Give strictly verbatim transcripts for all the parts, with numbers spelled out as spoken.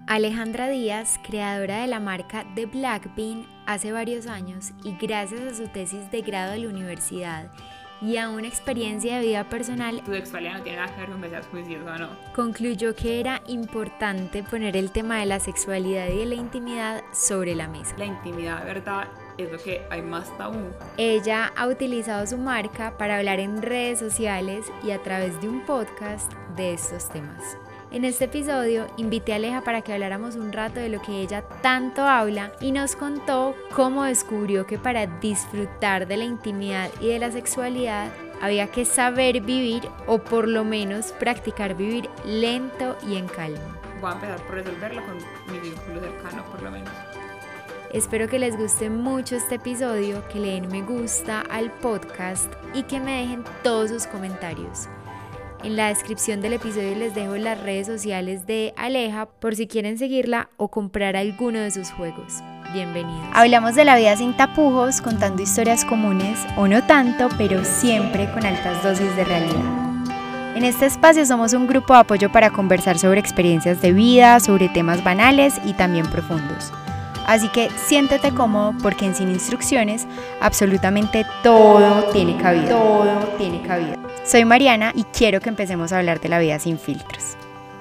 Alejandra Díaz, creadora de la marca The Black Bean hace varios años y gracias a su tesis de grado de la universidad y a una experiencia de vida personal, tu sexualidad no tiene nada que ver con que seas juiciosa o no, concluyó que era importante poner el tema de la sexualidad y de la intimidad sobre la mesa. La intimidad, de verdad, es lo que hay más tabú. Ella ha utilizado su marca para hablar en redes sociales y a través de un podcast de estos temas. En este episodio invité a Aleja para que habláramos un rato de lo que ella tanto habla y nos contó cómo descubrió que para disfrutar de la intimidad y de la sexualidad había que saber vivir o por lo menos practicar vivir lento y en calma. Voy a empezar por resolverlo con mi vínculo cercano, por lo menos. Espero que les guste mucho este episodio, que le den me gusta al podcast y que me dejen todos sus comentarios. En la descripción del episodio les dejo las redes sociales de Aleja por si quieren seguirla o comprar alguno de sus juegos. Bienvenidos. Hablamos de la vida sin tapujos, contando historias comunes o no tanto, pero siempre con altas dosis de realidad. En este espacio somos un grupo de apoyo para conversar sobre experiencias de vida, sobre temas banales y también profundos. Así que siéntete cómodo porque en Sin Instrucciones absolutamente todo tiene cabida. Todo tiene cabida. Soy Mariana y quiero que empecemos a hablar de la vida sin filtros.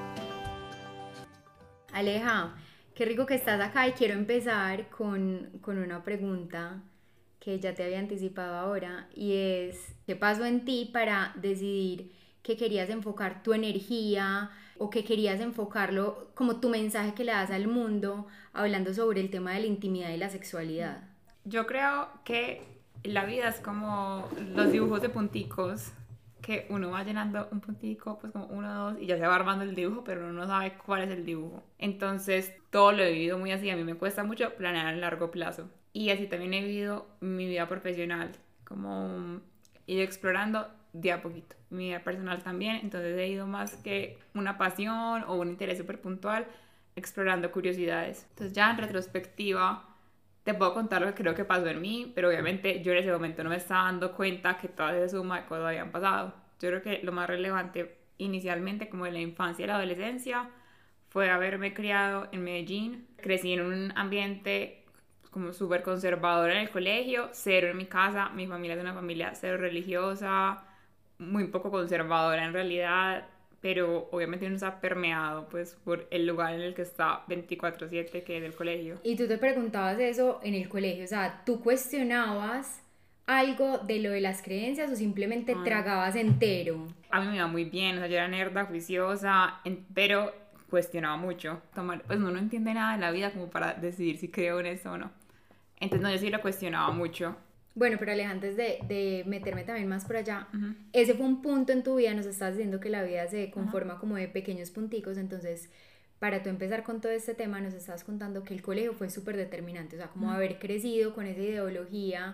Aleja, qué rico que estás acá y quiero empezar con, con una pregunta que ya te había anticipado ahora y es, ¿qué pasó en ti para decidir que querías enfocar tu energía o que querías enfocarlo como tu mensaje que le das al mundo hablando sobre el tema de la intimidad y la sexualidad? Yo creo que la vida es como los dibujos de punticos, que uno va llenando un puntico, pues como uno, dos, y ya se va armando el dibujo, pero uno no sabe cuál es el dibujo. Entonces, todo lo he vivido muy así. A mí me cuesta mucho planear a largo plazo. Y así también he vivido mi vida profesional, como ir explorando de a poquito. Mi vida personal también, entonces he ido más que una pasión o un interés súper puntual, explorando curiosidades. Entonces ya en retrospectiva te puedo contar lo que creo que pasó en mí, pero obviamente yo en ese momento no me estaba dando cuenta que toda esa suma de cosas habían pasado. Yo creo que lo más relevante inicialmente, como de la infancia y la adolescencia, fue haberme criado en Medellín. Crecí en un ambiente como súper conservador en el colegio, cero en mi casa. Mi familia es una familia cero religiosa, muy poco conservadora en realidad, pero obviamente uno está permeado pues por el lugar en el que está veinticuatro siete, que es el colegio. Y tú te preguntabas eso en el colegio, o sea, ¿tú cuestionabas algo de lo de las creencias o simplemente Ay. tragabas entero? A mí me iba muy bien, o sea, yo era nerda, juiciosa, pero cuestionaba mucho. Tomar, pues uno no entiende nada de la vida como para decidir si creo en eso o no. Entonces no, yo sí lo cuestionaba mucho. Bueno, pero Aleja, antes de, de meterme también más por allá, uh-huh. ese fue un punto en tu vida, nos estás diciendo que la vida se conforma uh-huh. como de pequeños punticos, entonces para tú empezar con todo este tema nos estabas contando que el colegio fue súper determinante, o sea, como uh-huh. haber crecido con esa ideología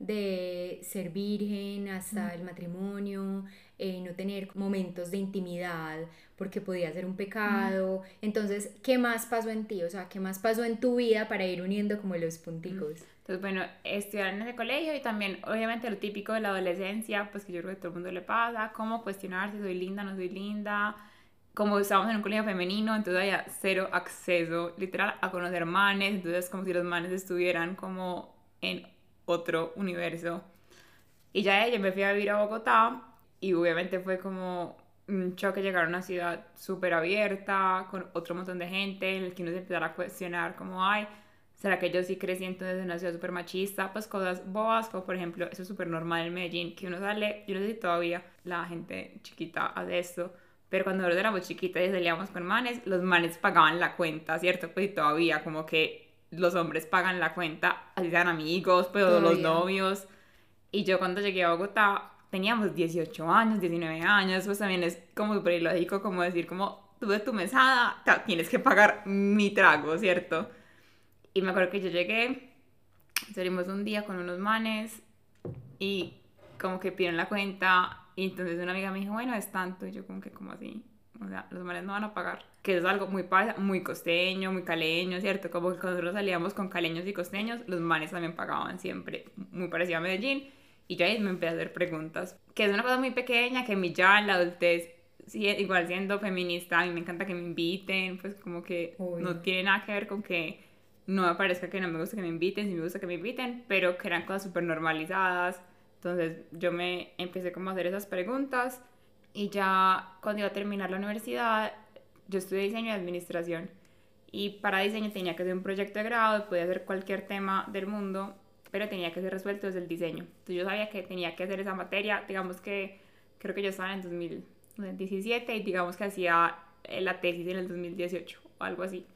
de ser virgen hasta uh-huh. el matrimonio, eh, no tener momentos de intimidad porque podía ser un pecado. Uh-huh. Entonces, ¿qué más pasó en ti? O sea, ¿qué más pasó en tu vida para ir uniendo como los punticos? Uh-huh. Entonces, bueno, estudiar en ese colegio y también, obviamente, lo típico de la adolescencia, pues que yo creo que a todo el mundo le pasa, cómo cuestionar si soy linda, no soy linda. Como estábamos en un colegio femenino, entonces había cero acceso, literal, a conocer manes, entonces como si los manes estuvieran como en otro universo. Y ya yo me fui a vivir a Bogotá y obviamente fue como un choque llegar a una ciudad súper abierta, con otro montón de gente, en el que uno se empezara a cuestionar como, ay, ¿será que yo sí crecí entonces en una ciudad súper machista? Pues cosas bobas, como por ejemplo, eso es súper normal en Medellín, que uno sale, yo no sé si todavía la gente chiquita hace esto, pero cuando nosotros éramos chiquitas y salíamos con manes, los manes pagaban la cuenta, ¿cierto? Pues y todavía como que los hombres pagan la cuenta, así sean amigos, pero todavía. Los novios. Y yo cuando llegué a Bogotá teníamos dieciocho años, diecinueve años, pues también es como súper ilógico como decir como, tú de tu mesada tienes que pagar mi trago, ¿cierto? Y me acuerdo que yo llegué, salimos un día con unos manes y como que pidieron la cuenta y entonces una amiga me dijo, bueno, es tanto, y yo como que, ¿cómo así? O sea, los manes no van a pagar. Que eso es algo muy, muy costeño, muy caleño, ¿cierto? Como que cuando nosotros salíamos con caleños y costeños, los manes también pagaban siempre, muy parecido a Medellín. Y yo ahí me empecé a hacer preguntas, que es una cosa muy pequeña, que a mí ya en la adultez sí, igual siendo feminista, a mí me encanta que me inviten, pues como que Uy. no tiene nada que ver con que no me parezca que no me gusta que me inviten, sí me gusta que me inviten, pero que eran cosas súper normalizadas. Entonces yo me empecé como a hacer esas preguntas y ya cuando iba a terminar la universidad, yo estudié diseño y administración y para diseño tenía que hacer un proyecto de grado, podía hacer cualquier tema del mundo, pero tenía que ser resuelto desde el diseño. Entonces yo sabía que tenía que hacer esa materia, digamos que creo que yo estaba en dos mil diecisiete y digamos que hacía la tesis en el dos mil dieciocho o algo así.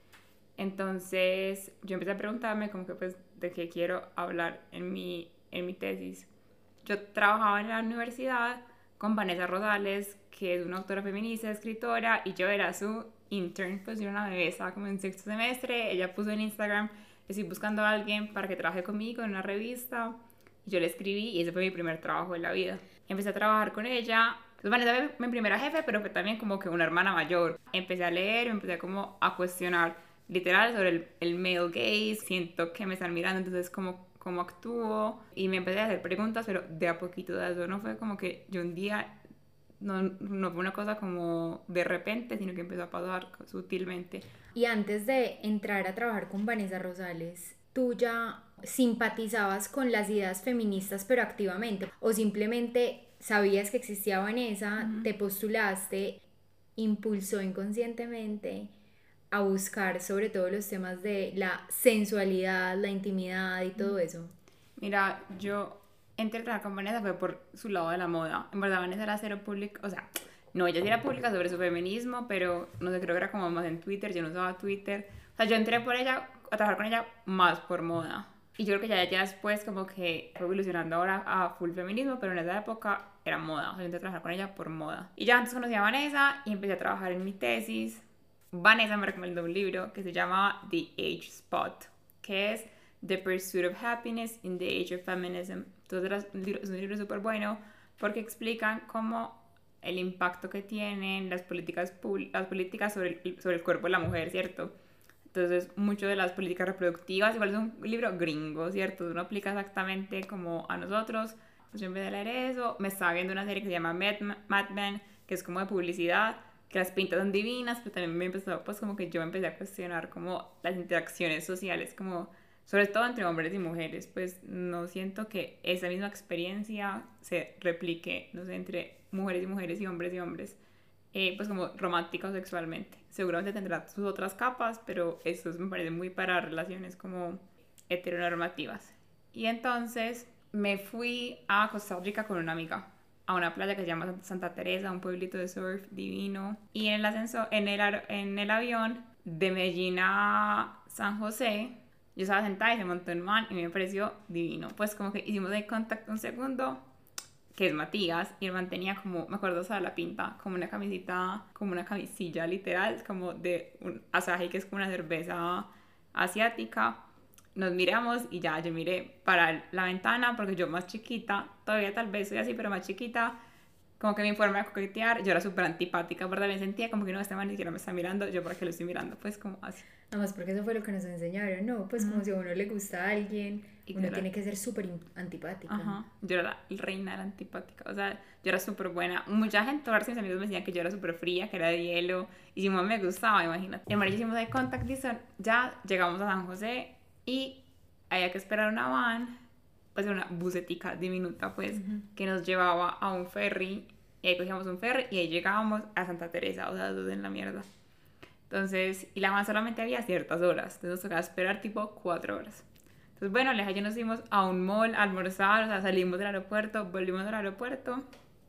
Entonces yo empecé a preguntarme como que pues de qué quiero hablar en mi, en mi tesis. Yo trabajaba en la universidad con Vanessa Rosales, que es una autora feminista, escritora, y yo era su intern, pues yo era una bebé, estaba como en sexto semestre, ella puso en Instagram, estoy buscando a alguien para que trabaje conmigo en una revista, y yo le escribí y ese fue mi primer trabajo de la vida. Empecé a trabajar con ella, pues Vanessa fue mi primera jefe, pero fue también como que una hermana mayor. Empecé a leer, me empecé como a cuestionar literal sobre el, el male gaze, siento que me están mirando, entonces como cómo actúo y me empecé a hacer preguntas, pero de a poquito, de eso no fue como que yo un día, no, no fue una cosa como de repente, sino que empezó a pasar sutilmente. Y antes de entrar a trabajar con Vanessa Rosales, ¿tú ya simpatizabas con las ideas feministas pero activamente? ¿O simplemente sabías que existía Vanessa, uh-huh. te postulaste, impulsó inconscientemente a buscar sobre todo los temas de la sensualidad, la intimidad y todo eso? Mira, yo entré a trabajar con Vanessa fue por su lado de la moda. En verdad Vanessa era cero pública, o sea, no, ella sí era pública sobre su feminismo, pero no sé, creo que era como más en Twitter, yo no usaba Twitter. O sea, yo entré por ella, a trabajar con ella más por moda. Y yo creo que ya, ya después como que fue evolucionando ahora a full feminismo, pero en esa época era moda. O sea, yo entré a trabajar con ella por moda. Y ya antes conocí a Vanessa y empecé a trabajar en mi tesis. Vanessa me recomendó un libro que se llama The Age Spot, que es The Pursuit of Happiness in the Age of Feminism. Entonces es un libro súper bueno porque explican cómo el impacto que tienen las políticas, las políticas sobre, el, sobre el cuerpo de la mujer, ¿cierto? Entonces mucho de las políticas reproductivas, igual es un libro gringo, ¿cierto? No aplica exactamente como a nosotros. Pues yo empecé a leer eso, me estaba viendo una serie que se llama Mad Men, que es como de publicidad, que las pintas son divinas, pero también me empezó, pues como que yo me empecé a cuestionar como las interacciones sociales, como sobre todo entre hombres y mujeres, pues no siento que esa misma experiencia se replique, no sé, entre mujeres y mujeres y hombres y hombres, eh, pues como romántica o sexualmente. Seguramente tendrá sus otras capas, pero eso me parece muy para relaciones como heteronormativas. Y entonces me fui a Costa Rica con una amiga, a una playa que se llama Santa Teresa, un pueblito de surf divino. Y en el ascenso, en el, en el avión de Medellín a San José, yo estaba sentada y se montó un man y me pareció divino. Pues como que hicimos eye contact un segundo, que es Matías, y el man tenía como, me acuerdo, o sea, la pinta, como una camisita, como una camisilla literal, como de un Asahi, que es como una cerveza asiática. Nos miramos y ya, yo miré para la ventana porque yo más chiquita, todavía tal vez soy así, pero más chiquita, como que mi forma de coquetear, yo era súper antipática, ¿verdad? Me sentía como que no, este man ni siquiera me está mirando, yo para qué lo estoy mirando, pues como así. Nada más porque eso fue lo que nos enseñaron, ¿no? Pues uh-huh. como si a uno le gusta a alguien, y uno tiene que ser súper antipática. Ajá, uh-huh. Yo era la reina de la antipática, o sea, yo era súper buena. Mucha gente, ahora sí mis amigos me decían que yo era súper fría, que era de hielo, y si más me gustaba, imagínate. Y ahora hicimos eye contact, listo, ya llegamos a San José, y había que esperar una van, pues una busetica diminuta, pues, uh-huh. que nos llevaba a un ferry, y ahí cogíamos un ferry, y ahí llegábamos a Santa Teresa, o sea, dos en la mierda. Entonces, y la van solamente había ciertas horas, entonces nos tocaba esperar tipo cuatro horas. Entonces, bueno, Aleja y yo nos fuimos a un mall a almorzar, o sea, salimos del aeropuerto, volvimos del aeropuerto,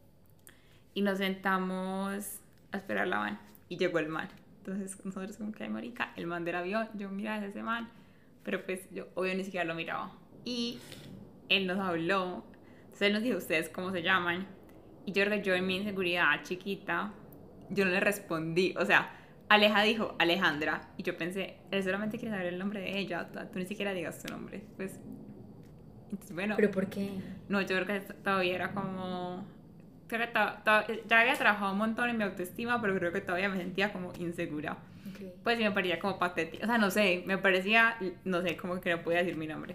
y nos sentamos a esperar la van, y llegó el man. Entonces, nosotros como que, ay, marica, el man del avión, yo miraba ese man, pero pues yo obvio ni siquiera lo miraba. Y él nos habló, entonces él nos dijo, ¿ustedes cómo se llaman? Y yo creo que yo en mi inseguridad chiquita, yo no le respondí, o sea, Aleja dijo Alejandra, y yo pensé, él solamente quiere saber el nombre de ella, tú ni siquiera digas tu nombre, pues, entonces bueno. ¿Pero por qué? No, yo creo que todavía era como, creo que to, to, ya había trabajado un montón en mi autoestima, pero creo que todavía me sentía como insegura. Okay. Pues me parecía como patética, o sea, no sé, me parecía, no sé, como que no podía decir mi nombre.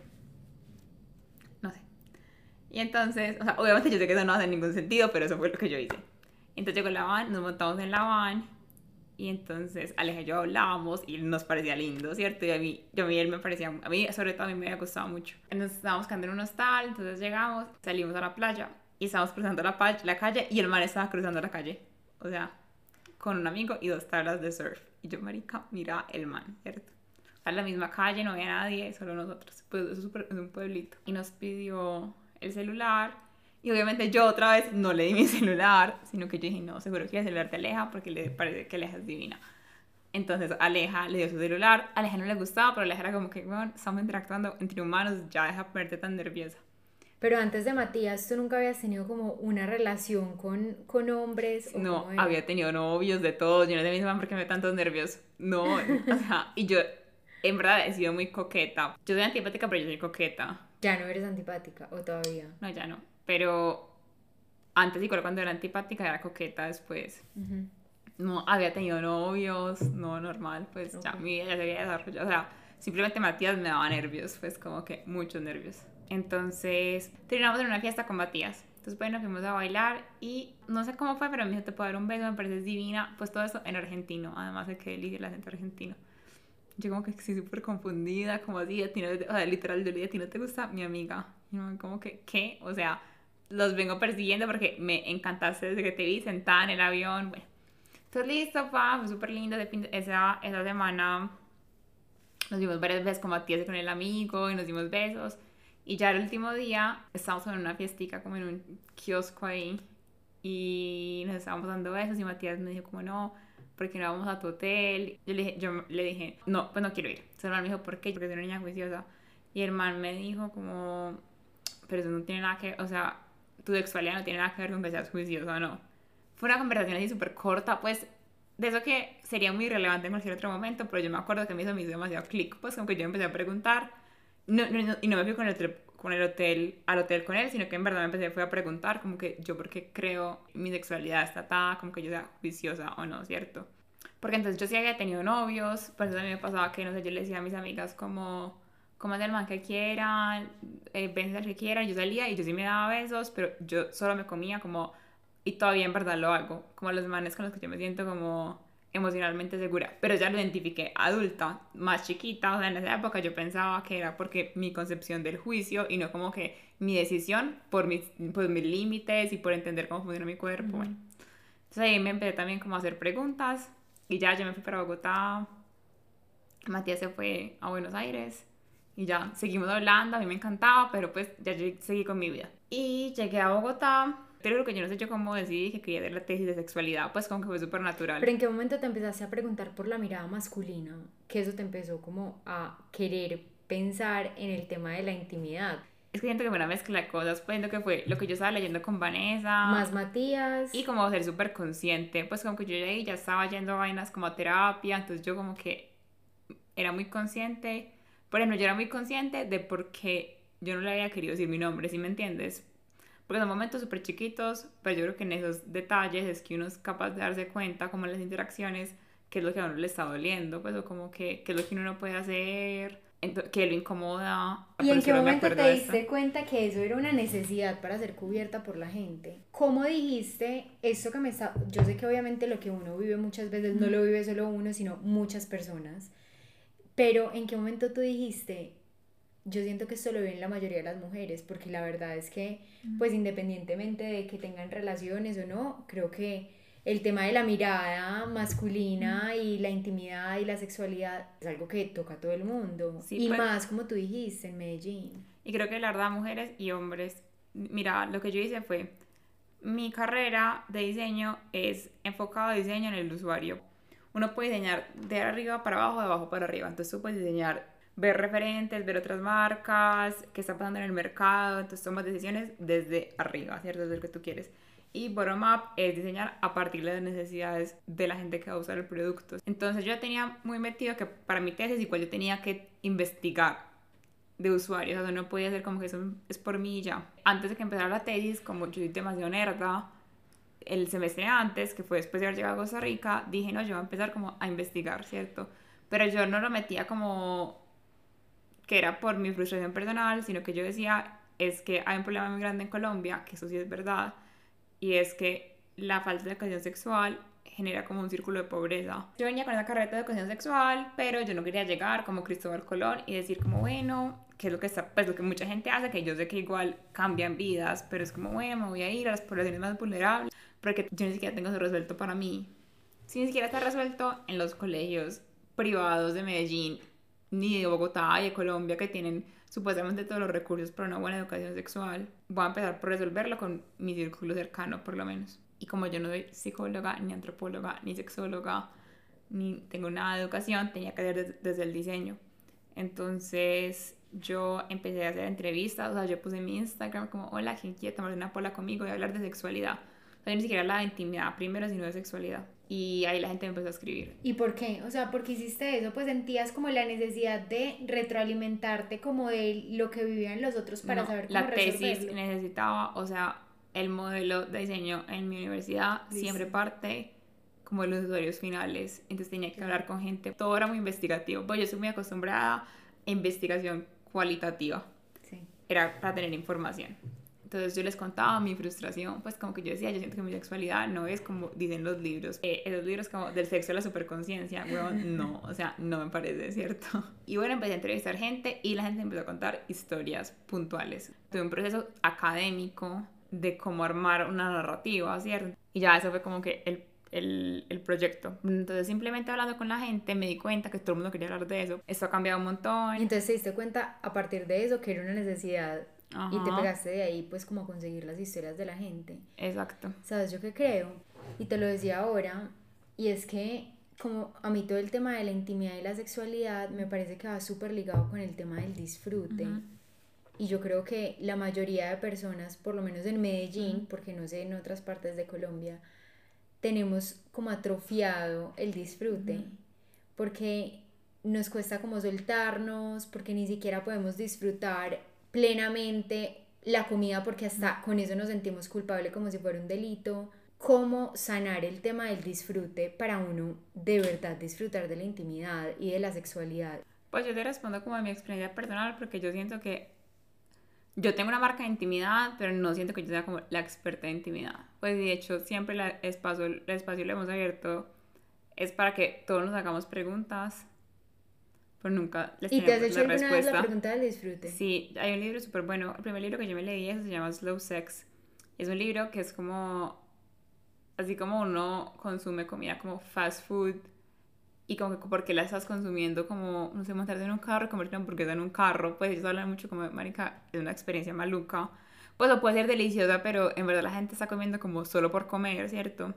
No sé. Y entonces, o sea, obviamente yo sé que eso no hace ningún sentido, pero eso fue lo que yo hice. Entonces llegó la van, nos montamos en la van y entonces Aleja y yo hablábamos y nos parecía lindo, ¿cierto? Y a mí, yo a mí él me parecía, a mí sobre todo a mí me había gustado mucho. Nos estábamos quedando en un hostal, entonces llegamos, salimos a la playa y estábamos cruzando la, la calle y el man estaba cruzando la calle, o sea, con un amigo y dos tablas de surf. Y yo, marica, mira el man, ¿cierto? A la misma calle, no había nadie, solo nosotros, pues es un pueblito. Y nos pidió el celular. Y obviamente yo otra vez no le di mi celular, sino que yo dije, no, seguro que el celular de Aleja porque le parece que Aleja es divina. Entonces Aleja le dio su celular, a Aleja no le gustaba, pero Aleja era como que, bueno, estamos interactuando entre humanos, ya deja de ponerte tan nerviosa. Pero antes de Matías, ¿tú nunca habías tenido como una relación con, con hombres? ¿O no, había tenido novios de todos, yo no sé mi mamá porque me tantos nervios. No, o sea, y yo en verdad he sido muy coqueta. Yo soy antipática, pero yo soy coqueta. ¿Ya no eres antipática o todavía? No, ya no. Pero antes, igual cuando era antipática, era coqueta después. Uh-huh. No había tenido novios, no, normal, pues okay. Ya mi vida ya se había desarrollado. O sea, simplemente Matías me daba nervios, pues como que muchos nervios. Entonces, terminamos en una fiesta con Matías. Entonces, bueno, fuimos a bailar y no sé cómo fue, pero me dijo, te puedo dar un beso, me pareces divina. Pues todo eso en argentino, además de que delicia el acento argentino. Yo como que estoy súper confundida, como así, a ti no, o sea, literal, yo le dije, a ti no te gusta mi amiga. Y no, como que, ¿qué? O sea, los vengo persiguiendo porque me encantaste desde que te vi sentada en el avión, bueno. Entonces, listo, pa, fue súper lindo. Esa, esa semana nos dimos varias veces con Matías y con el amigo y nos dimos besos. Y ya el último día estábamos en una fiestica como en un kiosco ahí y nos estábamos dando besos y Matías me dijo como no, ¿por qué no vamos a tu hotel? Yo le dije, yo le dije no, pues no quiero ir. Entonces el man me dijo, ¿por qué? Porque soy una niña juiciosa. Y el man me dijo como, pero eso no tiene nada que, o sea, tu sexualidad no tiene nada que ver con que seas juiciosa o no. Fue una conversación así súper corta, pues de eso que sería muy relevante en cualquier otro momento, pero yo me acuerdo que me hizo, me hizo demasiado clic, pues como que yo empecé a preguntar. No, no, no, y no me fui con el, hotel, con el hotel al hotel con él, sino que en verdad me empecé fue a preguntar como que yo por qué creo mi sexualidad está atada, como que yo sea juiciosa o no, ¿cierto? Porque entonces yo sí había tenido novios, por eso a mí me pasaba que, no sé, yo le decía a mis amigas como, como es el man que quieran, eh, besos al que quieran, yo salía y yo sí me daba besos, pero yo solo me comía como, y todavía en verdad lo hago, como los manes con los que yo me siento como emocionalmente segura, pero ya lo identifiqué adulta, más chiquita, o sea, en esa época yo pensaba que era porque mi concepción del juicio y no como que mi decisión por mis, pues, mis límites y por entender cómo funciona mi cuerpo. Uh-huh. Bueno. Entonces ahí me empecé también como a hacer preguntas y ya yo me fui para Bogotá, Matías se fue a Buenos Aires y ya seguimos hablando, a mí me encantaba, pero pues ya yo seguí con mi vida. Y llegué a Bogotá. Pero lo que yo no sé yo cómo decidí que quería hacer la tesis de sexualidad, pues como que fue súper natural. ¿Pero en qué momento te empezaste a preguntar por la mirada masculina? Que eso te empezó como a querer pensar en el tema de la intimidad. Es que siento que fue una mezcla de cosas, pues siento que fue lo que yo estaba leyendo con Vanessa. Más Matías. Y como ser súper consciente, pues como que yo ya, ya estaba yendo a vainas como a terapia, entonces yo como que era muy consciente. Por ejemplo, yo era muy consciente de por qué yo no le había querido decir mi nombre, ¿sí me entiendes? Porque son momentos súper chiquitos, pero yo creo que en esos detalles es que uno es capaz de darse cuenta, como en las interacciones, qué es lo que a uno le está doliendo, pues, o como que, qué es lo que uno no puede hacer, que lo incomoda. ¿Y en qué momento te diste cuenta que eso era una necesidad para ser cubierta por la gente? ¿Cómo dijiste esto que me está...? Yo sé que obviamente lo que uno vive muchas veces no lo vive solo uno, sino muchas personas, pero ¿en qué momento tú dijiste...? Yo siento que esto lo ven la mayoría de las mujeres, porque la verdad es que, pues independientemente de que tengan relaciones o no, creo que el tema de la mirada masculina y la intimidad y la sexualidad es algo que toca a todo el mundo. Sí, y pues, más, como tú dijiste, en Medellín. Y creo que la verdad, mujeres y hombres, mira, lo que yo hice fue, mi carrera de diseño es enfocada a diseño en el usuario. Uno puede diseñar de arriba para abajo, de abajo para arriba, entonces tú puedes diseñar, ver referentes, ver otras marcas, qué está pasando en el mercado, entonces tomas decisiones desde arriba, ¿cierto? Desde lo que tú quieres. Y bottom up es diseñar a partir de las necesidades de la gente que va a usar el producto. Entonces yo tenía muy metido que para mi tesis igual yo tenía que investigar de usuarios, o sea, no podía ser como que eso es por mí y ya. Antes de que empezara la tesis, como yo soy demasiado nerda, el semestre antes, que fue después de haber llegado a Costa Rica, dije, no, yo voy a empezar como a investigar, ¿cierto? Pero yo no lo metía como que era por mi frustración personal, sino que yo decía, es que hay un problema muy grande en Colombia, que eso sí es verdad, y es que la falta de educación sexual genera como un círculo de pobreza. Yo venía con esa carrera de educación sexual, pero yo no quería llegar como Cristóbal Colón y decir como, bueno, que es lo que está, pues lo que mucha gente hace, que yo sé que igual cambian vidas, pero es como, bueno, me voy a ir a las poblaciones más vulnerables, porque yo ni siquiera tengo eso resuelto para mí. Si ni siquiera está resuelto en los colegios privados de Medellín, ni de Bogotá y de Colombia, que tienen supuestamente todos los recursos para una buena educación sexual, voy a empezar por resolverlo con mi círculo cercano, por lo menos. Y como yo no soy psicóloga, ni antropóloga, ni sexóloga, ni tengo nada de educación, tenía que hacer desde, desde el diseño. Entonces yo empecé a hacer entrevistas, o sea, yo puse en mi Instagram como, hola, ¿quién quiere tomar una pola conmigo y hablar de sexualidad? O sea, ni siquiera la de intimidad primero, sino de sexualidad. Y ahí la gente me empezó a escribir. ¿Y por qué? O sea, ¿por qué hiciste eso? Pues sentías como la necesidad de retroalimentarte como de lo que vivían los otros para no, saber cómo la tesis resolverlo. necesitaba, o sea, el modelo de diseño en mi universidad Listo. Siempre parte como de los usuarios finales, entonces tenía que hablar con gente, todo era muy investigativo, pues yo soy muy acostumbrada a investigación cualitativa, sí. Era para tener información. Entonces yo les contaba mi frustración, pues como que yo decía, yo siento que mi sexualidad no es como dicen los libros, eh, esos libros como del sexo a la superconciencia, bueno, no, o sea, no me parece, ¿cierto? Y bueno, empecé a entrevistar gente y la gente empezó a contar historias puntuales. Tuve un proceso académico de cómo armar una narrativa, ¿cierto? Y ya eso fue como que el El, el proyecto. Entonces simplemente hablando con la gente me di cuenta que todo el mundo quería hablar de eso. Esto ha cambiado un montón. Y entonces te diste cuenta a partir de eso que era una necesidad. Ajá. Y te pegaste de ahí pues como a conseguir las historias de la gente. Exacto. ¿Sabes yo qué creo? Y te lo decía ahora, y es que como a mí todo el tema de la intimidad y la sexualidad me parece que va súper ligado con el tema del disfrute. Uh-huh. Y yo creo que la mayoría de personas, por lo menos en Medellín, uh-huh. porque no sé en otras partes de Colombia, tenemos como atrofiado el disfrute, uh-huh. porque nos cuesta como soltarnos, porque ni siquiera podemos disfrutar plenamente la comida, porque hasta con eso nos sentimos culpables como si fuera un delito. ¿Cómo sanar el tema del disfrute para uno de verdad disfrutar de la intimidad y de la sexualidad? Pues yo te respondo como de mi experiencia personal, porque yo siento que yo tengo una marca de intimidad, pero no siento que yo sea como la experta en intimidad. Pues de hecho siempre el espacio, el espacio lo hemos abierto es para que todos nos hagamos preguntas, pero nunca les tenemos la respuesta. ¿Y te has hecho alguna vez la pregunta del disfrute? Sí, hay un libro súper bueno. El primer libro que yo me leí eso se llama Slow Sex. Es un libro que es como, así como uno consume comida como fast food, y como que porque la estás consumiendo, como, no sé, montarte en un carro y comerte una hamburguesa en un carro, pues ellos hablan mucho como, marica, es una experiencia maluca, pues o puede ser deliciosa, pero en verdad la gente está comiendo como solo por comer, ¿cierto?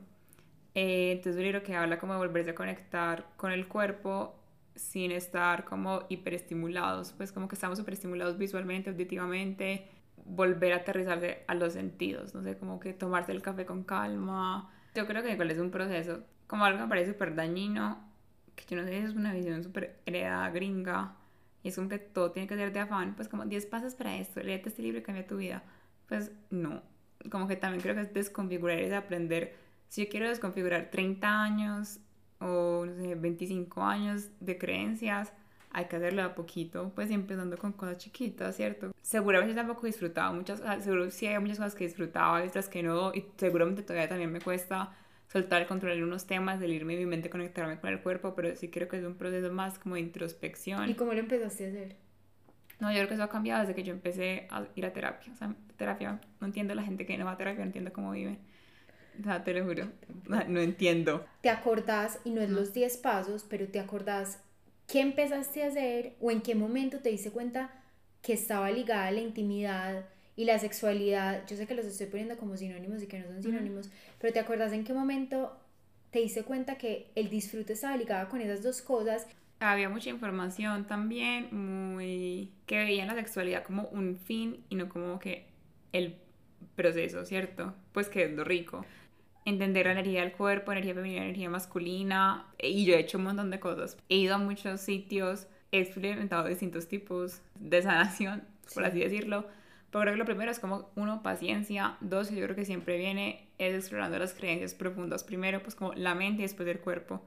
Eh, entonces un libro que habla como de volverse a conectar con el cuerpo sin estar como hiperestimulados, pues como que estamos superestimulados visualmente, auditivamente, volver a aterrizarse a los sentidos, no sé, como que tomarse el café con calma. Yo creo que igual es un proceso, como algo que me parece súper dañino, que yo no sé, es una visión súper heredada gringa, y es como que todo tiene que ser de afán, pues como diez pasos para esto, léete este libro y cambia tu vida. Pues no, como que también creo que es desconfigurar, es aprender. Si yo quiero desconfigurar treinta años o no sé, veinticinco años de creencias, hay que hacerlo a poquito, pues empezando con cosas chiquitas, ¿cierto? Seguramente tampoco disfrutaba muchas cosas, seguro sí hay muchas cosas que disfrutaba y otras que no, y seguramente todavía también me cuesta soltar el control en unos temas, del irme de mi mente, conectarme con el cuerpo, pero sí creo que es un proceso más como de introspección. ¿Y cómo lo empezaste a hacer? No, yo creo que eso ha cambiado desde que yo empecé a ir a terapia. O sea, terapia, no entiendo la gente que no va a terapia, no entiendo cómo vive. O sea, te lo juro, no, no entiendo. ¿Te acordás, y no es los diez pasos, pero te acordás qué empezaste a hacer o en qué momento te diste cuenta que estaba ligada a la intimidad y la sexualidad? Yo sé que los estoy poniendo como sinónimos y que no son sinónimos, uh-huh. pero ¿te acordás en qué momento te diste cuenta que el disfrute estaba ligado con esas dos cosas? Había mucha información también, muy que veían la sexualidad como un fin y no como que el proceso, ¿cierto? Pues que es lo rico. Entender la energía del cuerpo, energía femenina, energía masculina, y yo he hecho un montón de cosas. He ido a muchos sitios, he experimentado distintos tipos de sanación, por sí. así decirlo. Pero creo que lo primero es como, uno, paciencia. Dos, yo creo que siempre viene es explorando las creencias profundas. Primero, pues como la mente y después el cuerpo.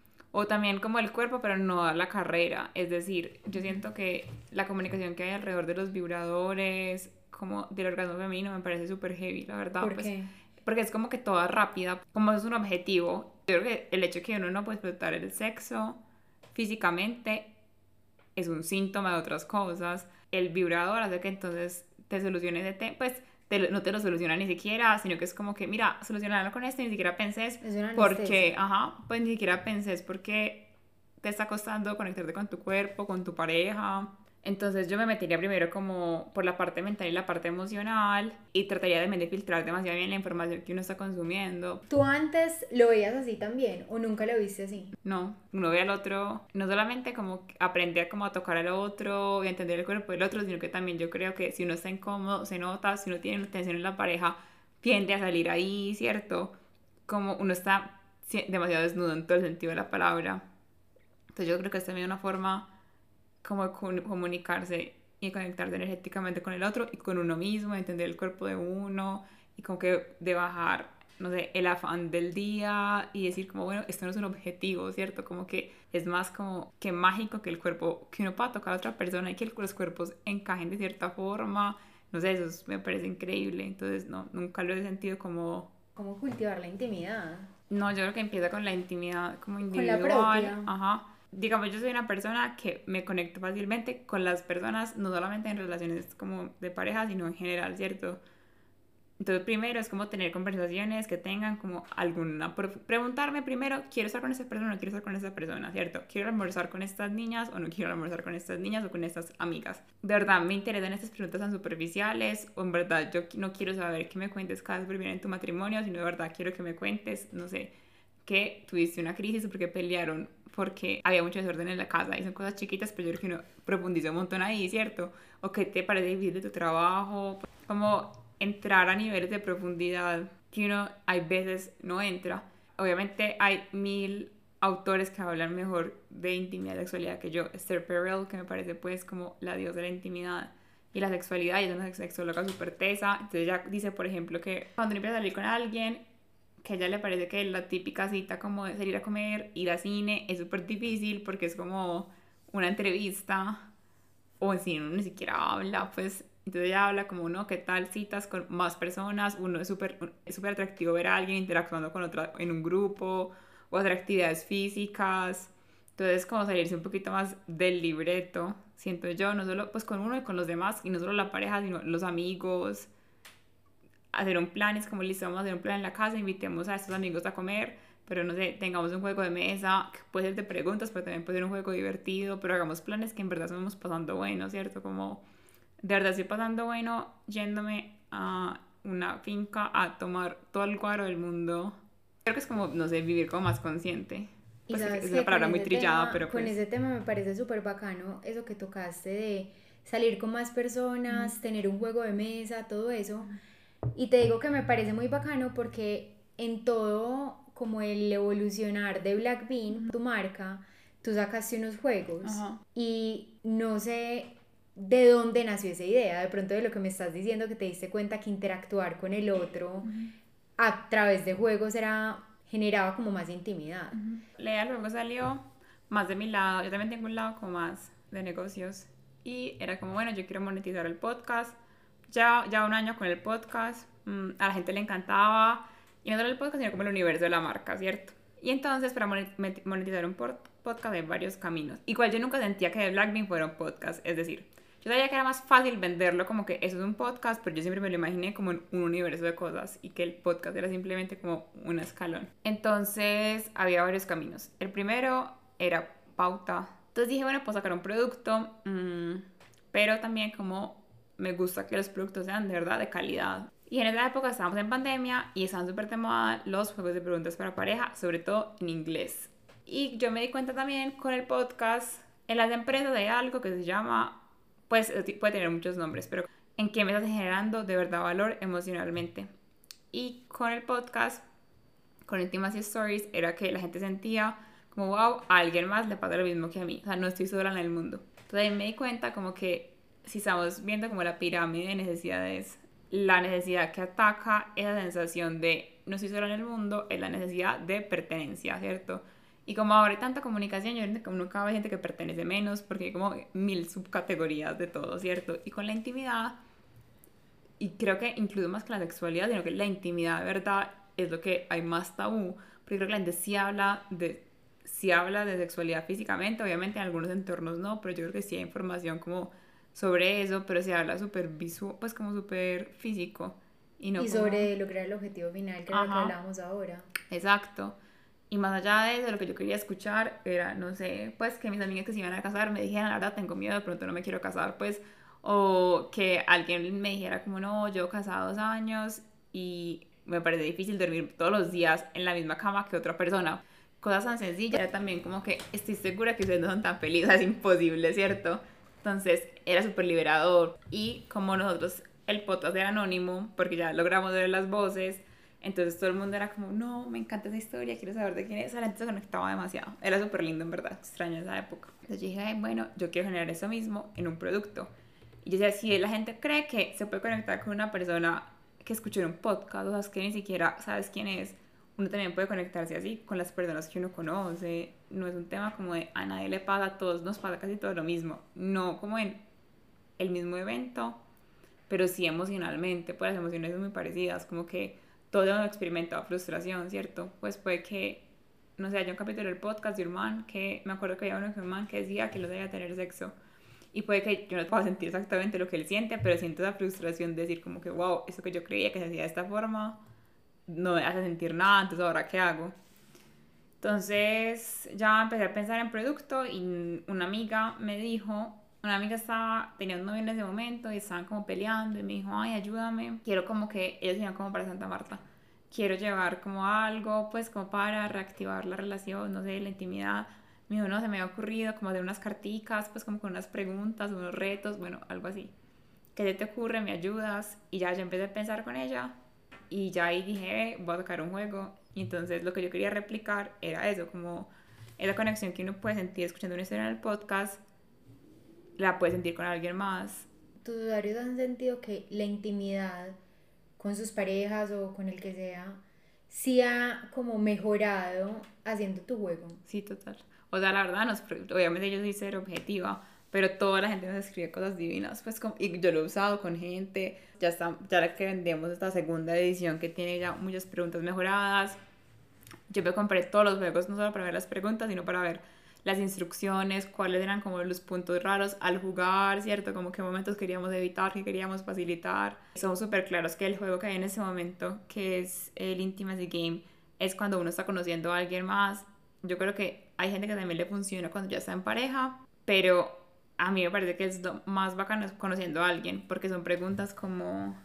O también como el cuerpo, pero no la carrera. Es decir, yo siento que la comunicación que hay alrededor de los vibradores, como del orgasmo femenino, me parece súper heavy, la verdad. ¿Por pues, qué? porque es como que toda rápida, como es un objetivo. Yo creo que el hecho de que uno no puede explotar el sexo físicamente es un síntoma de otras cosas. El vibrador hace que entonces te solucione ese tema, pues te, no te lo soluciona ni siquiera, sino que es como que, mira, solucionarlo con esto, ni siquiera pensés porque, ajá, pues ni siquiera pensés porque te está costando conectarte con tu cuerpo, con tu pareja. Entonces yo me metería primero como por la parte mental y la parte emocional y trataría también de filtrar demasiado bien la información que uno está consumiendo. ¿Tú antes lo veías así también o nunca lo viste así? No, uno ve al otro, no solamente como aprender como a tocar al otro y a entender el cuerpo del otro, sino que también yo creo que si uno está incómodo, se nota, si uno tiene tensión en la pareja, tiende a salir ahí, ¿cierto? Como uno está demasiado desnudo en todo el sentido de la palabra. Entonces yo creo que es también una forma como de comunicarse y conectarse energéticamente con el otro y con uno mismo, entender el cuerpo de uno y como que de bajar, no sé, el afán del día y decir como, bueno, esto no es un objetivo, ¿cierto? Como que es más como que mágico que el cuerpo, que uno pueda tocar a otra persona y que los cuerpos encajen de cierta forma, no sé, eso me parece increíble, entonces no, nunca lo he sentido como... ¿Cómo cultivar la intimidad? No, yo creo que empieza con la intimidad como individual, con la propia. Ajá. Digamos, yo soy una persona que me conecto fácilmente con las personas, no solamente en relaciones como de pareja, sino en general, ¿cierto? Entonces, primero es como tener conversaciones que tengan como alguna... Preguntarme primero, ¿quiero estar con esa persona o no quiero estar con esa persona, ¿cierto? ¿Quiero almorzar con estas niñas o no quiero almorzar con estas niñas o con estas amigas? ¿De verdad me interesan estas preguntas tan superficiales? ¿O en verdad yo no quiero saber que me cuentes cada vez bien en tu matrimonio, sino de verdad quiero que me cuentes, no sé, que tuviste una crisis o porque pelearon porque había mucho desorden en la casa y son cosas chiquitas, pero yo creo que uno profundiza un montón ahí, ¿cierto? O qué te parece difícil de tu trabajo, como entrar a niveles de profundidad que uno hay veces no entra. Obviamente hay mil autores que hablan mejor de intimidad y sexualidad que yo. Esther Perel, que me parece pues como la diosa de la intimidad y la sexualidad, ella es una sexóloga súper tesa. Entonces ella dice, por ejemplo, que cuando uno empieza a salir con alguien, que a ella le parece que la típica cita como de salir a comer, ir al cine, es súper difícil porque es como una entrevista o en sí uno ni siquiera habla, pues entonces ella habla como uno, ¿qué tal citas con más personas? Uno es súper es súper atractivo ver a alguien interactuando con otra en un grupo o hacer actividades físicas, entonces como salirse un poquito más del libreto, siento yo, no solo pues con uno y con los demás y no solo la pareja, sino los amigos, hacer un plan, es como listo, vamos a hacer un plan en la casa, invitemos a estos amigos a comer, pero no sé, tengamos un juego de mesa, que puede ser de preguntas, pero también puede ser un juego divertido, pero hagamos planes que en verdad estamos pasando bueno, ¿cierto? Como de verdad estoy pasando bueno yéndome a una finca a tomar todo el guaro del mundo. Creo que es como, no sé, vivir como más consciente. Pues es, es una palabra muy trillada, tema, pero pues... Con ese tema me parece súper bacano eso que tocaste de salir con más personas, mm. tener un juego de mesa, todo eso. Y te digo que me parece muy bacano porque en todo como el evolucionar de Black Bean, tu marca, tú sacaste unos juegos. Ajá. Y no sé de dónde nació esa idea, de pronto de lo que me estás diciendo, que te diste cuenta que interactuar con el otro uh-huh. a través de juegos era, generaba como más intimidad. Uh-huh. La idea luego salió más de mi lado, yo también tengo un lado como más de negocios y era como, bueno, yo quiero monetizar el podcast. Ya, ya un año con el podcast, mmm, a la gente le encantaba, y no solo el podcast, sino como el universo de la marca, ¿cierto? Y entonces, para monetizar un podcast hay varios caminos. Igual yo nunca sentía que The Black Bean fuera un podcast, es decir, yo sabía que era más fácil venderlo como que eso es un podcast, pero yo siempre me lo imaginé como en un universo de cosas, y que el podcast era simplemente como un escalón. Entonces, había varios caminos. El primero era pauta. Entonces dije, bueno, puedo sacar un producto, mmm, pero también como... me gusta que los productos sean de verdad de calidad. Y en esa época estábamos en pandemia y estaban súper de moda los juegos de preguntas para pareja, sobre todo en inglés. Y yo me di cuenta también con el podcast, en las empresas hay algo que se llama, pues puede tener muchos nombres, pero en qué me estás generando de verdad valor emocionalmente. Y con el podcast, con Intimacy Stories, era que la gente sentía como, wow, a alguien más le pasa lo mismo que a mí. O sea, no estoy sola en el mundo. Entonces ahí me di cuenta como que si estamos viendo como la pirámide de necesidades, la necesidad que ataca esa sensación de no estoy sola en el mundo es la necesidad de pertenencia, ¿cierto? Y como ahora hay tanta comunicación, yo creo que uno cada vez gente que pertenece menos porque hay como mil subcategorías de todo, ¿cierto? Y con la intimidad y creo que incluso más que la sexualidad, sino que la intimidad de verdad es lo que hay más tabú, porque creo que la gente sí habla de, sí habla de sexualidad físicamente, obviamente en algunos entornos no, pero yo creo que sí hay información como sobre eso, pero se habla súper visual, pues como súper físico, y no Y como, sobre lograr el objetivo final, que era lo que ajá, hablábamos ahora. exacto. Y más allá de eso, lo que yo quería escuchar era, no sé, pues que mis amigas que se iban a casar me dijeran, la verdad, tengo miedo, de pronto no me quiero casar, pues, o que alguien me dijera como, no, yo casado dos años y me parece difícil dormir todos los días en la misma cama que otra persona. Cosas tan sencillas, era también como que estoy segura que ustedes no son tan felices, es imposible, ¿cierto? Entonces era súper liberador. Y como nosotros, el podcast era anónimo, porque ya logramos ver las voces, entonces todo el mundo era como, no, me encanta esa historia, quiero saber de quién es. O sea, la gente se conectaba demasiado. Era súper lindo, en verdad. Extraño esa época. Entonces yo dije, "Ay, bueno, yo quiero generar eso mismo en un producto". Y yo decía, si la gente cree que se puede conectar con una persona que escuchó en un podcast, o sea, es que ni siquiera sabes quién es, uno también puede conectarse así con las personas que uno conoce. No es un tema como de a nadie le pasa, a todos nos pasa casi todo lo mismo. No como en el mismo evento, pero sí emocionalmente, pues las emociones son muy parecidas, como que todos hemos experimentado frustración, ¿cierto? Pues puede que, no sé, haya un capítulo del podcast de un man que, me acuerdo que había uno de un man que decía que no debía tener sexo, y puede que yo no pueda sentir exactamente lo que él siente, pero siento esa frustración de decir como que, wow, eso que yo creía que se hacía de esta forma, no me hace sentir nada, entonces ahora qué hago. Entonces ya empecé a pensar en producto y una amiga me dijo, una amiga estaba, tenía un novio en ese momento y estaban como peleando y me dijo, ay, ayúdame, quiero como que, ellos iban como para Santa Marta, quiero llevar como algo, pues como para reactivar la relación, no sé, la intimidad. Me dijo, no, se me había ocurrido como hacer unas carticas, pues como con unas preguntas, unos retos, bueno, algo así. ¿Qué se te ocurre? ¿Me ayudas? Y ya yo empecé a pensar con ella y ya ahí dije, eh, voy a sacar un juego. Y entonces lo que yo quería replicar era eso, como esa conexión que uno puede sentir escuchando una historia en el podcast, la puede sentir con alguien más. ¿Tus usuarios han sentido que la intimidad con sus parejas o con el que sea sí ha como mejorado haciendo tu juego? Sí, total. O sea, la verdad, nos, obviamente yo soy ser objetiva, pero toda la gente nos escribe cosas divinas, pues como, y yo lo he usado con gente, ya está, ya la que vendemos esta segunda edición que tiene ya muchas preguntas mejoradas. Yo me compré todos los juegos no solo para ver las preguntas, sino para ver las instrucciones, cuáles eran como los puntos raros al jugar, ¿cierto? Como qué momentos queríamos evitar, qué queríamos facilitar. Somos súper claros que el juego que hay en ese momento, que es el Intimacy Game, es cuando uno está conociendo a alguien más. Yo creo que hay gente que también le funciona cuando ya está en pareja, pero a mí me parece que es lo más bacano conociendo a alguien, porque son preguntas como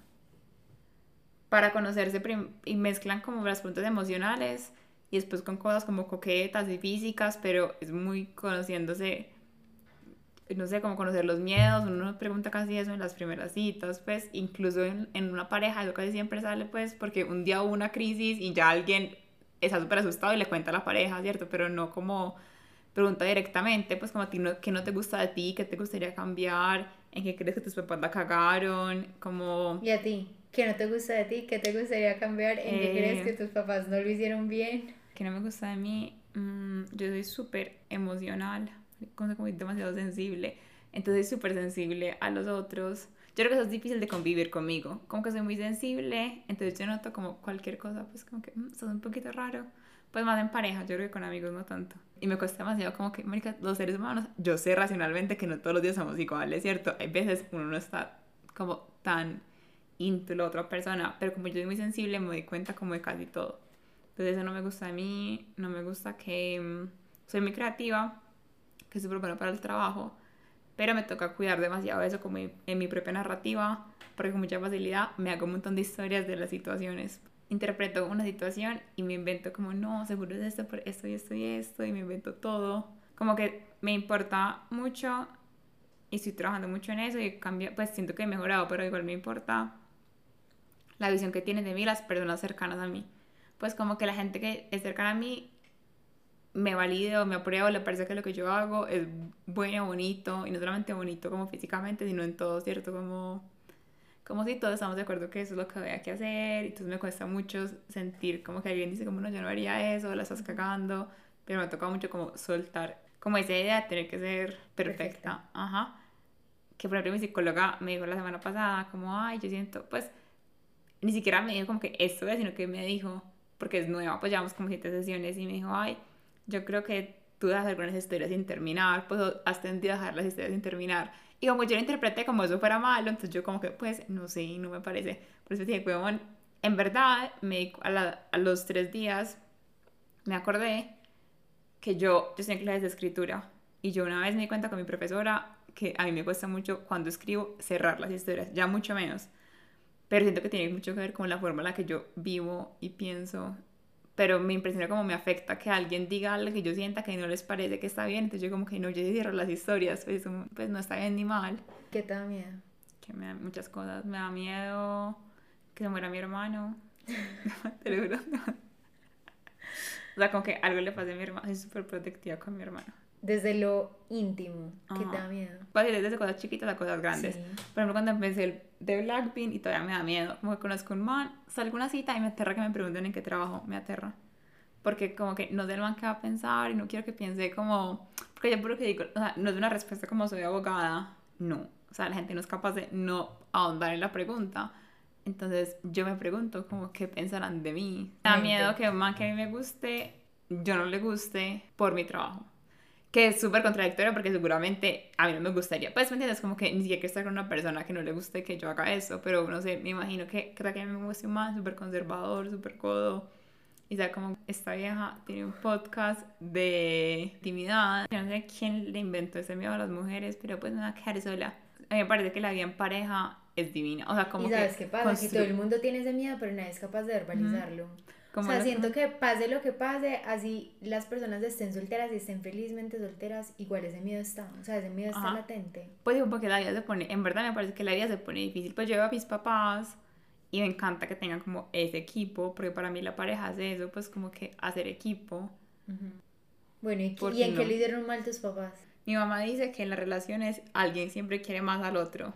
para conocerse y mezclan como las preguntas emocionales y después con cosas como coquetas y físicas, pero es muy conociéndose, no sé, como conocer los miedos. Uno no pregunta casi eso en las primeras citas, pues incluso en, en una pareja eso casi siempre sale, pues porque un día hubo una crisis y ya alguien está súper asustado y le cuenta a la pareja, ¿cierto? Pero no como pregunta directamente, pues como a ti no, qué no te gusta de ti, qué te gustaría cambiar, en qué crees que tus papás la cagaron, como... ¿Y a ti? ¿Qué no te gusta de ti? ¿Qué te gustaría cambiar? ¿En qué crees que Eh, tus papás no lo hicieron bien? que no me gusta de mí, mmm, yo soy súper emocional, como soy demasiado sensible, entonces soy súper sensible a los otros. Yo creo que eso es difícil de convivir conmigo, como que soy muy sensible, entonces yo noto como cualquier cosa, pues como que, mmm, eso es un poquito raro, pues más en pareja, yo creo que con amigos no tanto. Y me cuesta demasiado como que, marica, los seres humanos, yo sé racionalmente que no todos los días somos iguales, ¿cierto? Hay veces uno no está como tan into la otra persona, pero como yo soy muy sensible me doy cuenta como de casi todo. Entonces eso no me gusta de mí, no me gusta que um, soy muy creativa, que es súper bueno para el trabajo, pero me toca cuidar demasiado eso como en mi propia narrativa, porque con mucha facilidad me hago un montón de historias de las situaciones. Interpreto una situación y me invento como, no, seguro es esto, por esto y esto y esto, y me invento todo. Como que me importa mucho y estoy trabajando mucho en eso y cambia, pues siento que he mejorado, pero igual me importa la visión que tienen de mí las personas cercanas a mí. Pues como que la gente que es cercana a mí me valide o me aprueba o le parece que lo que yo hago es bueno, bonito, y no solamente bonito como físicamente, sino en todo, ¿cierto? Como, como si todos estamos de acuerdo que eso es lo que había que hacer, y entonces me cuesta mucho sentir como que alguien dice como, no, yo no haría eso, la estás cagando, pero me toca mucho como soltar, como esa idea de tener que ser perfecta, Perfecta. ajá, que por ejemplo mi psicóloga me dijo la semana pasada, como, ay, yo siento, pues, ni siquiera me dijo como que esto es, sino que me dijo, porque es nueva, pues llevamos como siete sesiones, y me dijo, ay, yo creo que tú dejas algunas historias sin terminar, pues has tendido a dejar las historias sin terminar. Y como yo lo interpreté como eso fuera malo, entonces yo como que, pues, no sé, no me parece. Por eso dije, bueno, en verdad, me, a, la, a los tres días me acordé que yo, yo estoy en clases de escritura, y yo una vez me di cuenta con mi profesora que a mí me cuesta mucho cuando escribo cerrar las historias, ya mucho menos. Pero siento que tiene mucho que ver con la forma en la que yo vivo y pienso. Pero me impresiona cómo me afecta que alguien diga algo que yo sienta que no les parece que está bien. Entonces yo como que no, yo cierro las historias, pues, pues no está bien ni mal. ¿Qué te da miedo? Que me da muchas cosas. Me da miedo que se muera mi hermano. Te lo juro. O sea, como que algo le pase a mi hermano. Soy súper protectiva con mi hermano. Desde lo íntimo, ¿qué te da miedo? Pues desde cosas chiquitas a cosas grandes. Sí. Por ejemplo, cuando empecé el de Blackpink y todavía me da miedo. Como que conozco un man, salgo a una cita y me aterra que me pregunten en qué trabajo. Me aterra. Porque como que no sé el man qué va a pensar y no quiero que piense como... Porque yo por lo que digo, o sea, no es una respuesta como soy abogada. No. O sea, la gente no es capaz de no ahondar en la pregunta. Entonces yo me pregunto como qué pensarán de mí. Me da miedo que un man que a mí me guste, yo no le guste por mi trabajo. Que es súper contradictorio porque seguramente a mí no me gustaría. Pues, ¿me entiendes? Como que ni siquiera quiero estar con una persona que no le guste que yo haga eso. Pero, no sé, me imagino que creo que a mí me guste un man súper conservador, súper codo. Y sabe como esta vieja tiene un podcast de intimidad. Yo no sé quién le inventó ese miedo a las mujeres, pero pues me va a quedar sola. A mí me parece que la vida en pareja es divina. O sea, como ¿Y sabes que qué pasa? Constru... Que todo el mundo tiene ese miedo, pero nadie es capaz de verbalizarlo. Uh-huh. O sea, siento como... que pase lo que pase, así las personas estén solteras y estén felizmente solteras, igual ese miedo está. O sea, ese miedo está Ajá. latente. Pues digo, porque la vida se pone, en verdad me parece que la vida se pone difícil. Pues yo veo a mis papás y me encanta que tengan como ese equipo, porque para mí la pareja es eso, pues como que hacer equipo. Uh-huh. Bueno, ¿y, ¿y en no? qué le dieron mal tus papás? Mi mamá dice que en las relaciones alguien siempre quiere más al otro.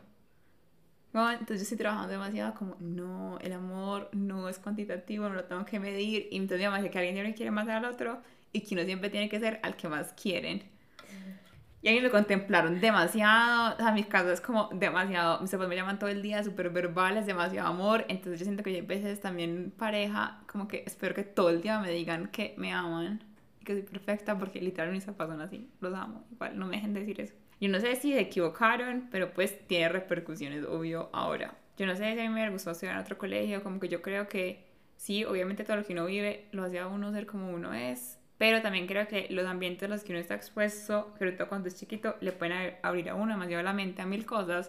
Bueno, entonces yo estoy trabajando demasiado como, no, el amor no es cuantitativo, no lo tengo que medir. Y entonces mi mamá dice que alguien siempre quiere más al otro y que uno siempre tiene que ser al que más quieren. Y a mí me contemplaron demasiado, o sea, mis casos es como demasiado, mis papás me llaman todo el día, súper verbales, demasiado amor. Entonces yo siento que yo a veces también pareja, como que espero que todo el día me digan que me aman y que soy perfecta, porque literal mis papás son así, los amo, igual no me dejen decir eso. Yo no sé si se equivocaron, pero pues tiene repercusiones, obvio, ahora. Yo no sé si a mí me hubiera gustado estudiar en otro colegio, como que yo creo que sí, obviamente todo lo que uno vive lo hace a uno ser como uno es, pero también creo que los ambientes a los que uno está expuesto, sobre todo cuando es chiquito, le pueden abrir a uno demasiado la mente a mil cosas,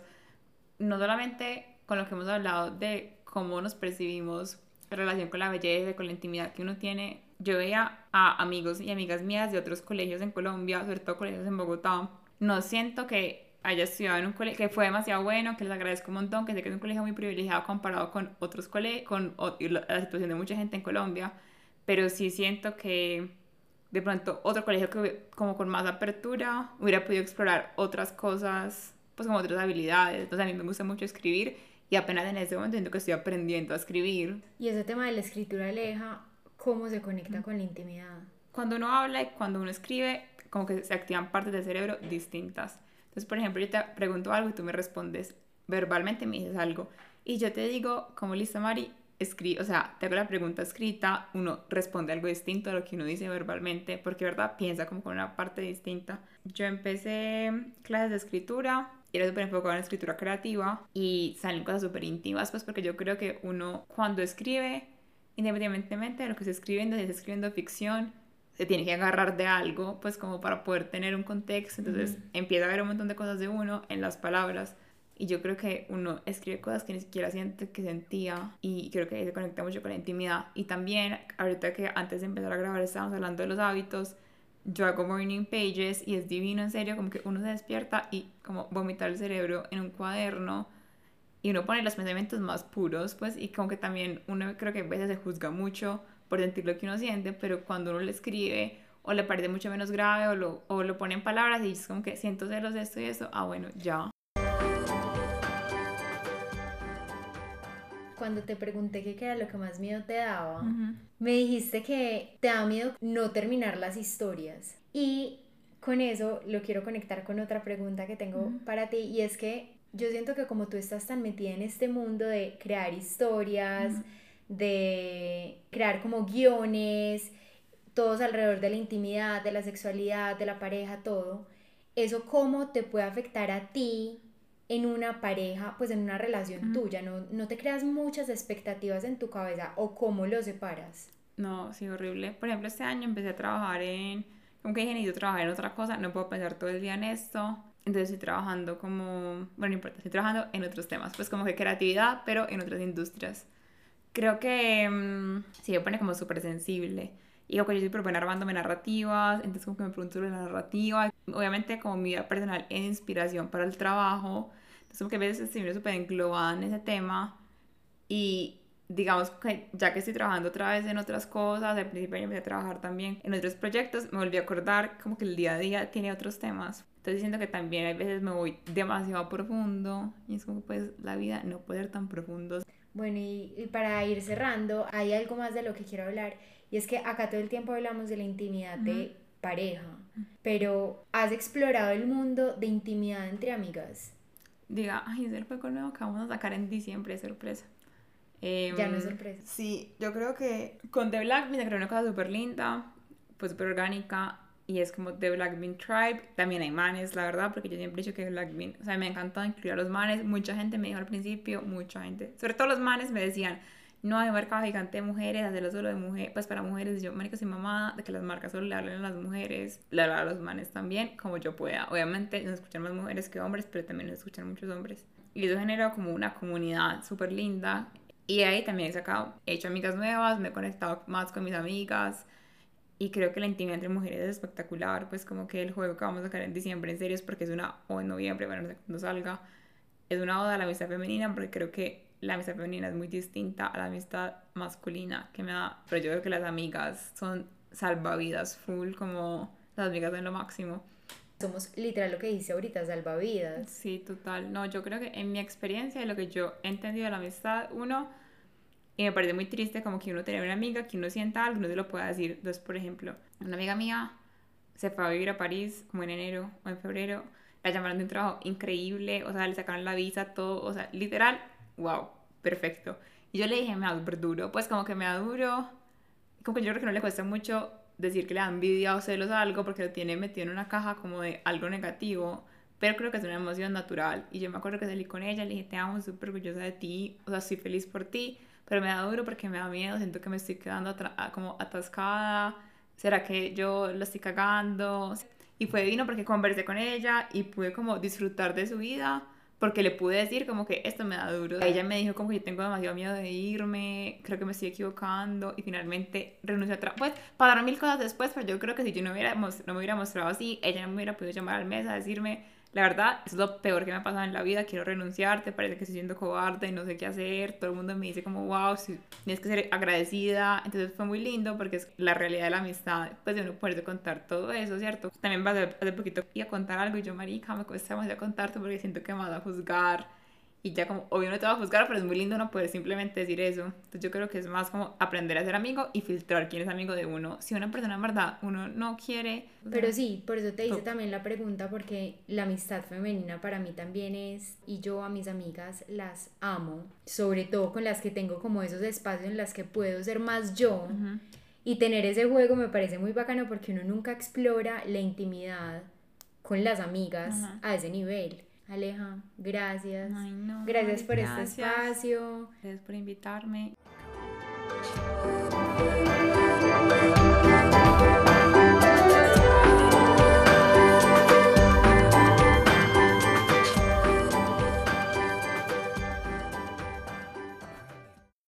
no solamente con lo que hemos hablado de cómo nos percibimos en relación con la belleza, con la intimidad que uno tiene. Yo veía a amigos y amigas mías de otros colegios en Colombia, sobre todo colegios en Bogotá. No siento que haya estudiado en un colegio que fue demasiado bueno, que les agradezco un montón, que sé que es un colegio muy privilegiado comparado con otros colegios, con la situación de mucha gente en Colombia, pero sí siento que de pronto otro colegio que como con más apertura hubiera podido explorar otras cosas, pues como otras habilidades. Entonces a mí me gusta mucho escribir y apenas en ese momento siento que estoy aprendiendo a escribir. Y ese tema de la escritura, Aleja, ¿cómo se conecta con la intimidad? Cuando uno habla y cuando uno escribe, como que se activan partes del cerebro distintas. Entonces, por ejemplo, yo te pregunto algo y tú me respondes verbalmente, me dices algo. Y yo te digo, como listo, Mari, escribe, o sea, te hago la pregunta escrita, uno responde algo distinto a lo que uno dice verbalmente, porque, ¿verdad? Piensa como con una parte distinta. Yo empecé clases de escritura, era súper enfocado en la escritura creativa y salen cosas súper íntimas, pues porque yo creo que uno cuando escribe, independientemente de lo que se escribe, si está escribiendo ficción, se tiene que agarrar de algo, pues como para poder tener un contexto. Entonces uh-huh. empieza a ver un montón de cosas de uno en las palabras. Y yo creo que uno escribe cosas que ni siquiera siente que sentía. Y creo que ahí se conecta mucho con la intimidad. Y también, ahorita que antes de empezar a grabar estábamos hablando de los hábitos, yo hago morning pages y es divino, en serio, como que uno se despierta y como vomitar el cerebro en un cuaderno. Y uno pone los pensamientos más puros, pues, y como que también uno creo que a veces se juzga mucho por sentir lo que uno siente, pero cuando uno lo escribe o le parece mucho menos grave o lo, o lo pone en palabras y es como que siento celos de esto y eso, ah bueno, ya. Cuando te pregunté qué era lo que más miedo te daba, uh-huh. me dijiste que te da miedo no terminar las historias. Y con eso lo quiero conectar con otra pregunta que tengo uh-huh. para ti, y es que yo siento que como tú estás tan metida en este mundo de crear historias, uh-huh. de crear como guiones, todos alrededor de la intimidad, de la sexualidad, de la pareja, todo, ¿eso cómo te puede afectar a ti en una pareja, pues en una relación uh-huh. tuya? ¿No, ¿No te creas muchas expectativas en tu cabeza o cómo lo separas? No, sí, horrible. Por ejemplo, este año empecé a trabajar en, como que dije, necesito trabajar en otra cosa, no puedo pensar todo el día en esto. Entonces estoy trabajando como, bueno, no importa, estoy trabajando en otros temas, pues como que creatividad, pero en otras industrias. Creo que mmm, sí me pone como súper sensible. Y como que yo soy súper buena armándome narrativas, entonces como que me pregunto sobre la narrativa. Obviamente como mi vida personal es inspiración para el trabajo, entonces como que a veces estoy súper englobada en ese tema. Y digamos que ya que estoy trabajando otra vez en otras cosas, al principio yo empecé a trabajar también en otros proyectos, me volví a acordar como que el día a día tiene otros temas. Entonces siento que también hay veces me voy demasiado profundo y es como que pues la vida no puede ser tan profundo. Bueno, y, y para ir cerrando, hay algo más de lo que quiero hablar, y es que acá todo el tiempo hablamos de la intimidad uh-huh. de pareja, pero ¿has explorado el mundo de intimidad entre amigas? Diga, ay, ese es el juego nuevo que vamos a sacar en diciembre, sorpresa. Eh, ya no es sorpresa. Sí, yo creo que con The Black Bean se creó una cosa súper linda, pues súper orgánica, y es como The Black Bean Tribe. También hay manes, la verdad, porque yo siempre he dicho que Black Bean, o sea, me ha encantado incluir a los manes. Mucha gente me dijo al principio, mucha gente, sobre todo los manes me decían, no hay un mercado gigante de mujeres, hacerlo solo de mujeres, pues para mujeres. Yo, marica, soy mamá de que las marcas solo le hablen a las mujeres, le hablan a los manes también, como yo pueda. Obviamente nos escuchan más mujeres que hombres, pero también nos escuchan muchos hombres. Y eso generó como una comunidad súper linda. Y ahí también he sacado, he hecho amigas nuevas, me he conectado más con mis amigas. Y creo que la intimidad entre mujeres es espectacular. Pues como que el juego que vamos a sacar en diciembre, en serio, es porque es una, o en noviembre, bueno, no sé cuándo salga, es una oda a la amistad femenina, porque creo que la amistad femenina es muy distinta a la amistad masculina que me da. Pero yo creo que las amigas son salvavidas full, como las amigas son lo máximo. Somos literal lo que dice ahorita, salvavidas. Sí, total. No, yo creo que en mi experiencia, de lo que yo he entendido de la amistad, uno, y me parece muy triste como que uno tenga una amiga que uno sienta algo, no se lo pueda decir. Entonces, por ejemplo, una amiga mía se fue a vivir a París como en enero o en febrero, la llamaron de un trabajo increíble, o sea, le sacaron la visa, todo, o sea, literal, wow, perfecto. Y yo le dije, me da súper duro, pues como que me da duro, como que yo creo que no le cuesta mucho decir que le da envidia o celos a algo porque lo tiene metido en una caja como de algo negativo, pero creo que es una emoción natural. Y yo me acuerdo que salí con ella, le dije, te amo, súper orgullosa de ti, o sea, estoy feliz por ti, pero me da duro porque me da miedo, siento que me estoy quedando atra- como atascada, ¿será que yo lo estoy cagando? Y fue divino porque conversé con ella y pude como disfrutar de su vida, porque le pude decir como que esto me da duro. Ella me dijo como que yo tengo demasiado miedo de irme, creo que me estoy equivocando, y finalmente renuncié a trabajo. Pues pasaron mil cosas después, pero yo creo que si yo no, hubiera, no me hubiera mostrado así, ella no me hubiera podido llamar al mes a decirme, la verdad, es lo peor que me ha pasado en la vida, quiero renunciar, te parece que estoy siendo cobarde, no sé qué hacer. Todo el mundo me dice como, wow, tienes que ser agradecida. Entonces fue muy lindo porque es la realidad de la amistad, pues de uno poder contar todo eso, ¿cierto? También hace poquito iba a contar algo y yo, marica, me cuesta demasiado contarte porque siento que me vas a juzgar. Y ya como, obvio no te va a juzgar, pero es muy lindo no poder simplemente decir eso. Entonces yo creo que es más como aprender a ser amigo y filtrar quién es amigo de uno. Si una persona en verdad uno no quiere... Pero sí, por eso te hice también la pregunta, porque la amistad femenina para mí también es, y yo a mis amigas las amo, sobre todo con las que tengo como esos espacios en los que puedo ser más yo. Uh-huh. Y tener ese juego me parece muy bacano porque uno nunca explora la intimidad con las amigas uh-huh. a ese nivel. Aleja, gracias. Ay, no, gracias por gracias. este espacio. Gracias por invitarme.